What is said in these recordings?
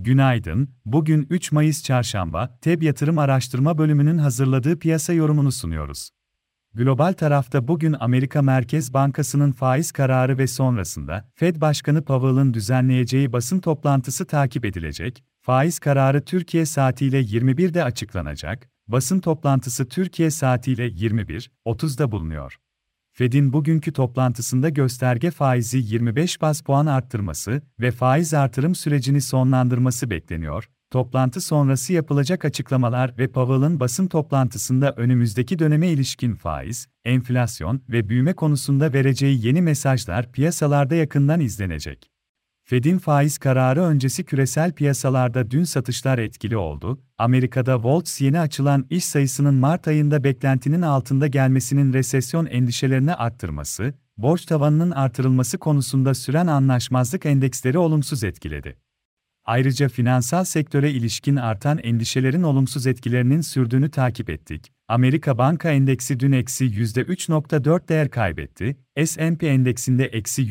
Günaydın, bugün 3 Mayıs Çarşamba, TEB Yatırım Araştırma Bölümünün hazırladığı piyasa yorumunu sunuyoruz. Global tarafta bugün Amerika Merkez Bankası'nın faiz kararı ve sonrasında, Fed Başkanı Powell'ın düzenleyeceği basın toplantısı takip edilecek, faiz kararı Türkiye saatiyle 21'de açıklanacak, basın toplantısı Türkiye saatiyle 21:30'da bulunuyor. Fed'in bugünkü toplantısında gösterge faizi 25 baz puan arttırması ve faiz artırım sürecini sonlandırması bekleniyor. Toplantı sonrası yapılacak açıklamalar ve Powell'ın basın toplantısında önümüzdeki döneme ilişkin faiz, enflasyon ve büyüme konusunda vereceği yeni mesajlar piyasalarda yakından izlenecek. Fed'in faiz kararı öncesi küresel piyasalarda dün satışlar etkili oldu. Amerika'da Volts yeni açılan iş sayısının Mart ayında beklentinin altında gelmesinin resesyon endişelerini arttırması, borç tavanının artırılması konusunda süren anlaşmazlık endeksleri olumsuz etkiledi. Ayrıca finansal sektöre ilişkin artan endişelerin olumsuz etkilerinin sürdüğünü takip ettik. Amerika Banka Endeksi dün -3.4 değer kaybetti, S&P Endeksinde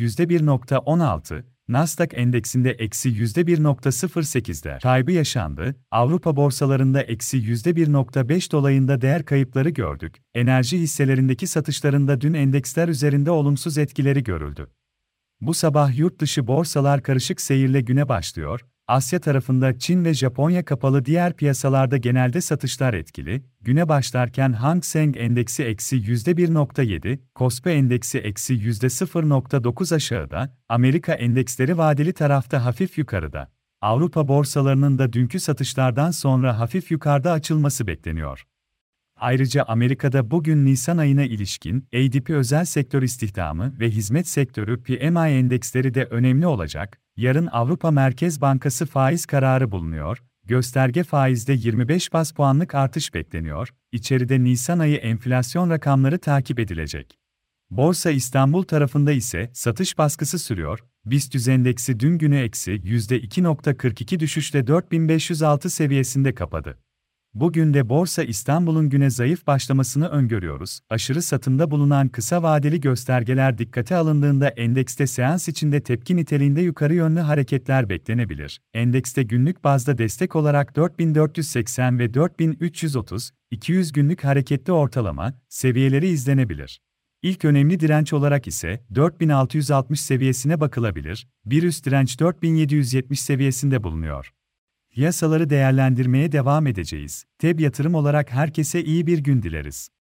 -1.16, Nasdaq Endeksinde -1.08'de kaybı yaşandı, Avrupa borsalarında -1.5 dolayında değer kayıpları gördük. Enerji hisselerindeki satışlarında dün endeksler üzerinde olumsuz etkileri görüldü. Bu sabah yurt dışı borsalar karışık seyirle güne başlıyor. Asya tarafında Çin ve Japonya kapalı, diğer piyasalarda genelde satışlar etkili. Güne başlarken Hang Seng Endeksi -1.7, Kospi Endeksi -0.9 aşağıda, Amerika endeksleri vadeli tarafta hafif yukarıda. Avrupa borsalarının da dünkü satışlardan sonra hafif yukarıda açılması bekleniyor. Ayrıca Amerika'da bugün Nisan ayına ilişkin ADP özel sektör istihdamı ve hizmet sektörü PMI endeksleri de önemli olacak. Yarın Avrupa Merkez Bankası faiz kararı bulunuyor. Gösterge faizde 25 baz puanlık artış bekleniyor. İçeride Nisan ayı enflasyon rakamları takip edilecek. Borsa İstanbul tarafında ise satış baskısı sürüyor. BIST endeksi dün günü -2.42 düşüşle 4506 seviyesinde kapadı. Bugün de Borsa İstanbul'un güne zayıf başlamasını öngörüyoruz. Aşırı satımda bulunan kısa vadeli göstergeler dikkate alındığında endekste seans içinde tepki niteliğinde yukarı yönlü hareketler beklenebilir. Endekste günlük bazda destek olarak 4480 ve 4330, 200 günlük hareketli ortalama seviyeleri izlenebilir. İlk önemli direnç olarak ise 4660 seviyesine bakılabilir. Bir üst direnç 4770 seviyesinde bulunuyor. Piyasaları değerlendirmeye devam edeceğiz. TEB Yatırım olarak herkese iyi bir gün dileriz.